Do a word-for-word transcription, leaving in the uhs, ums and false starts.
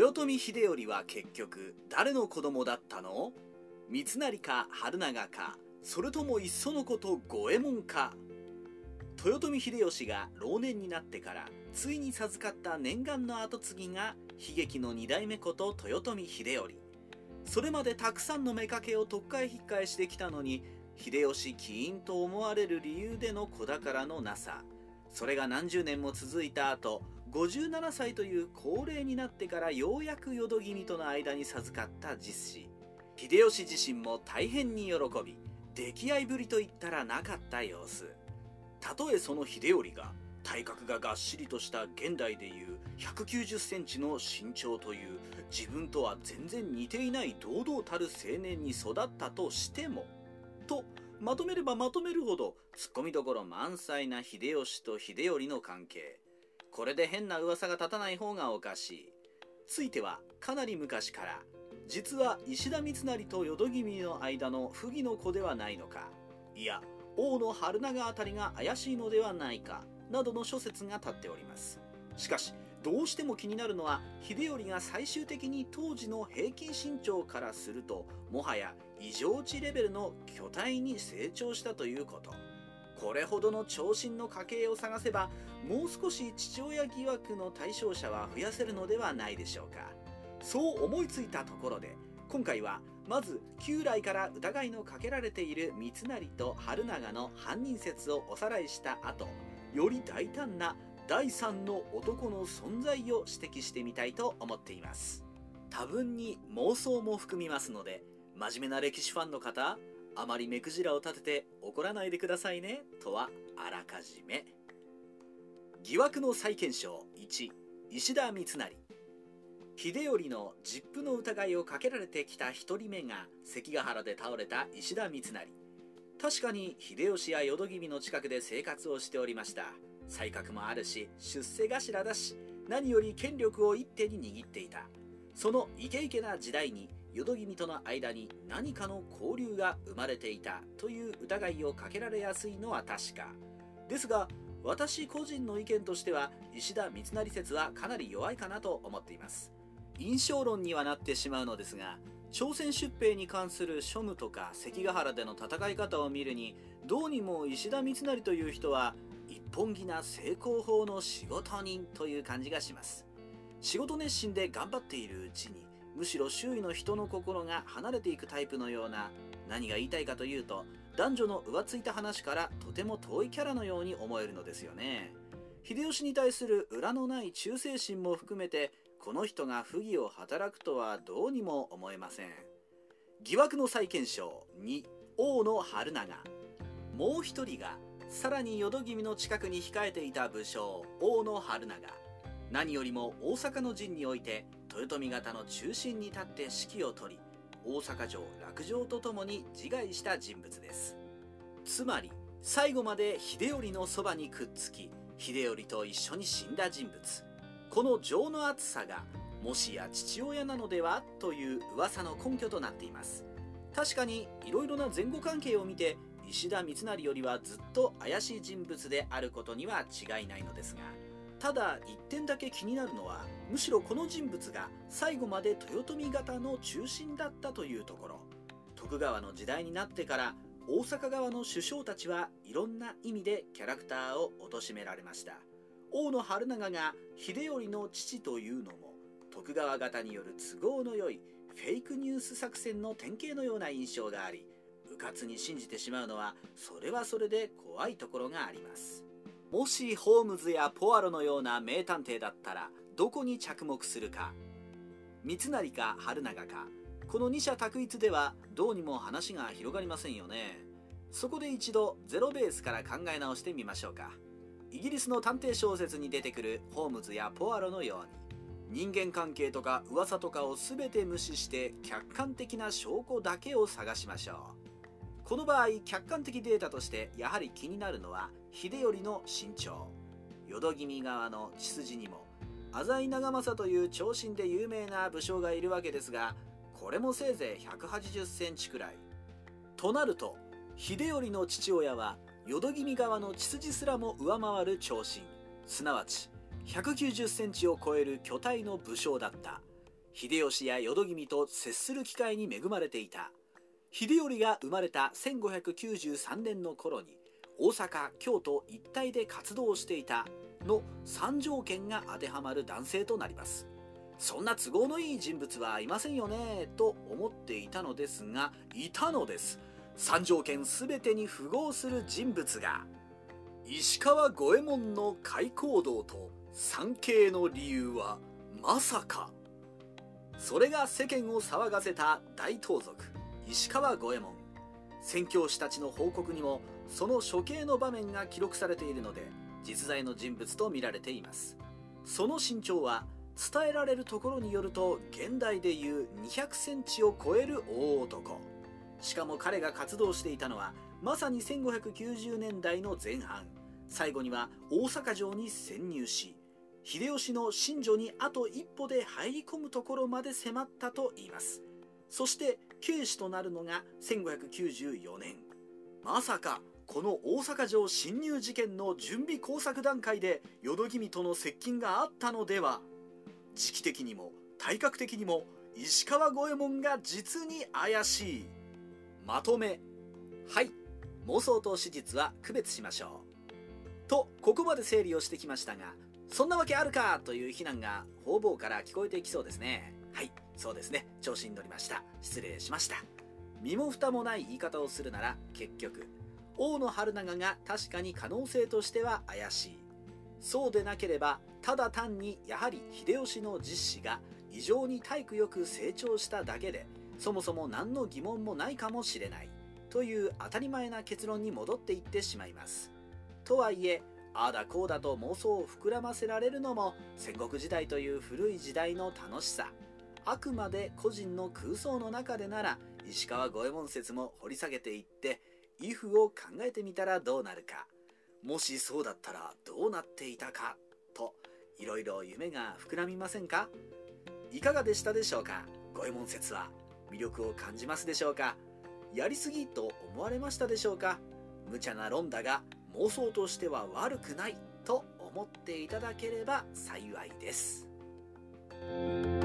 豊臣秀頼は結局誰の子供だったの？三成か春長か、それともいっそのこと五右衛門か。豊臣秀吉が老年になってからついに授かった念願の跡継ぎが悲劇の二代目こと豊臣秀頼。それまでたくさんの妾を取っ替え引っ換えしてきたのに、秀吉起因と思われる理由での子宝のなさ、それが何十年も続いた後、ごじゅうななさいという高齢になってからようやく淀君との間に授かった実子。秀吉自身も大変に喜び、溺愛ぶりといったらなかった様子。たとえその秀頼が体格ががっしりとした現代でいうひゃくきゅうじゅっセンチの身長という自分とは全然似ていない堂々たる青年に育ったとしても、とまとめればまとめるほどツッコミどころ満載な秀吉と秀頼の関係。これで変な噂が立たない方がおかしい。ついてはかなり昔から実は石田三成と淀君の間の不義の子ではないのか、いや大野春長あたりが怪しいのではないかなどの諸説が立っております。しかしどうしても気になるのは、秀頼が最終的に当時の平均身長からするともはや異常値レベルの巨体に成長したということ。これほどの長身の家系を探せば、もう少し父親疑惑の対象者は増やせるのではないでしょうか。そう思いついたところで、今回はまず旧来から疑いのかけられている三成と春長の犯人説をおさらいした後、より大胆な第三の男の存在を指摘してみたいと思っています。多分に妄想も含みますので、真面目な歴史ファンの方、あまり目くじらを立てて怒らないでくださいねとはあらかじめ。疑惑の再検証いち、石田三成。秀頼の実父の疑いをかけられてきた一人目が関ヶ原で倒れた石田三成。確かに秀吉や淀君の近くで生活をしておりました。才覚もあるし出世頭だし、何より権力を一手に握っていた。そのイケイケな時代に淀君との間に何かの交流が生まれていたという疑いをかけられやすいのは確かですが、私個人の意見としては石田三成説はかなり弱いかなと思っています。印象論にはなってしまうのですが、朝鮮出兵に関する書務とか関ヶ原での戦い方を見るに、どうにも石田三成という人は一本気な成功法の仕事人という感じがします。仕事熱心で頑張っているうちに、むしろ周囲の人の心が離れていくタイプのような、何が言いたいかというと、男女の浮ついた話からとても遠いキャラのように思えるのですよね。秀吉に対する裏のない忠誠心も含めて、この人が不義を働くとはどうにも思えません。疑惑の再検証に、大野春長。もう一人がさらに淀君の近くに控えていた武将大野春長。何よりも大阪の陣において豊臣方の中心に立って指揮を執り、大阪城落城とともに自害した人物です。つまり最後まで秀頼のそばにくっつき、秀頼と一緒に死んだ人物。この情の厚さがもしや父親なのではという噂の根拠となっています。確かにいろいろな前後関係を見て、石田三成よりはずっと怪しい人物であることには違いないのですが、ただ一点だけ気になるのは、むしろこの人物が最後まで豊臣方の中心だったというところ。徳川の時代になってから大阪側の首相たちはいろんな意味でキャラクターを貶められました。大野春長が秀頼の父というのも、徳川方による都合の良いフェイクニュース作戦の典型のような印象があり、うかつに信じてしまうのはそれはそれで怖いところがあります。もしホームズやポアロのような名探偵だったらどこに着目するか。三成か春長か、この二者択一ではどうにも話が広がりませんよね。そこで一度ゼロベースから考え直してみましょうか。イギリスの探偵小説に出てくるホームズやポアロのように、人間関係とか噂とかを全て無視して客観的な証拠だけを探しましょう。この場合客観的データとしてやはり気になるのは秀頼の身長。淀君側の血筋にも浅井長政という長身で有名な武将がいるわけですが、これもせいぜいひゃくはちじゅっセンチくらいとなると、秀頼の父親は淀君側の血筋すらも上回る長身、すなわちひゃくきゅうじゅっセンチを超える巨体の武将だった。 秀吉や淀君と接する機会に恵まれていた。秀頼が生まれたせんごひゃくきゅうじゅうさんねんの頃に大阪京都一帯で活動していたのさん条件が当てはまる男性となります。そんな都合のいい人物はいませんよねと思っていたのですが、いたのです。さん条件全てに符合する人物が。石川五右衛門の開講道と参詣の理由はまさか。それが世間を騒がせた大盗賊石川五右衛門。宣教師たちの報告にもその処刑の場面が記録されているので、実在の人物と見られています。その身長は伝えられるところによると現代でいうにひゃくセンチを超える大男。しかも彼が活動していたのはまさにせんごひゃくきゅうじゅうねんだいの前半。最後には大阪城に潜入し、秀吉の寝所にあと一歩で入り込むところまで迫ったといいます。そして警視となるのがせんごひゃくきゅうじゅうよねん。まさかこの大阪城侵入事件の準備工作段階で淀君との接近があったのでは。時期的にも体格的にも石川五右衛門が実に怪しい。まとめ。はい、妄想と史実は区別しましょうと、ここまで整理をしてきましたが、そんなわけあるかという非難が方々から聞こえてきそうですね。はい、そうですね、調子に乗りました。失礼しました。身も蓋もない言い方をするなら、結局大野春長が確かに可能性としては怪しい。そうでなければただ単にやはり秀吉の実子が異常に体育よく成長しただけで、そもそも何の疑問もないかもしれないという当たり前な結論に戻っていってしまいます。とはいえ、ああだこうだと妄想を膨らませられるのも戦国時代という古い時代の楽しさ。あくまで個人の空想の中でなら、石川五右衛門説も掘り下げていってイフを考えてみたらどうなるか、もしそうだったらどうなっていたかと、いろいろ夢が膨らみませんか？いかがでしたでしょうか？五右衛門説は魅力を感じますでしょうか？やりすぎと思われましたでしょうか？無茶な論だが妄想としては悪くないと思っていただければ幸いです。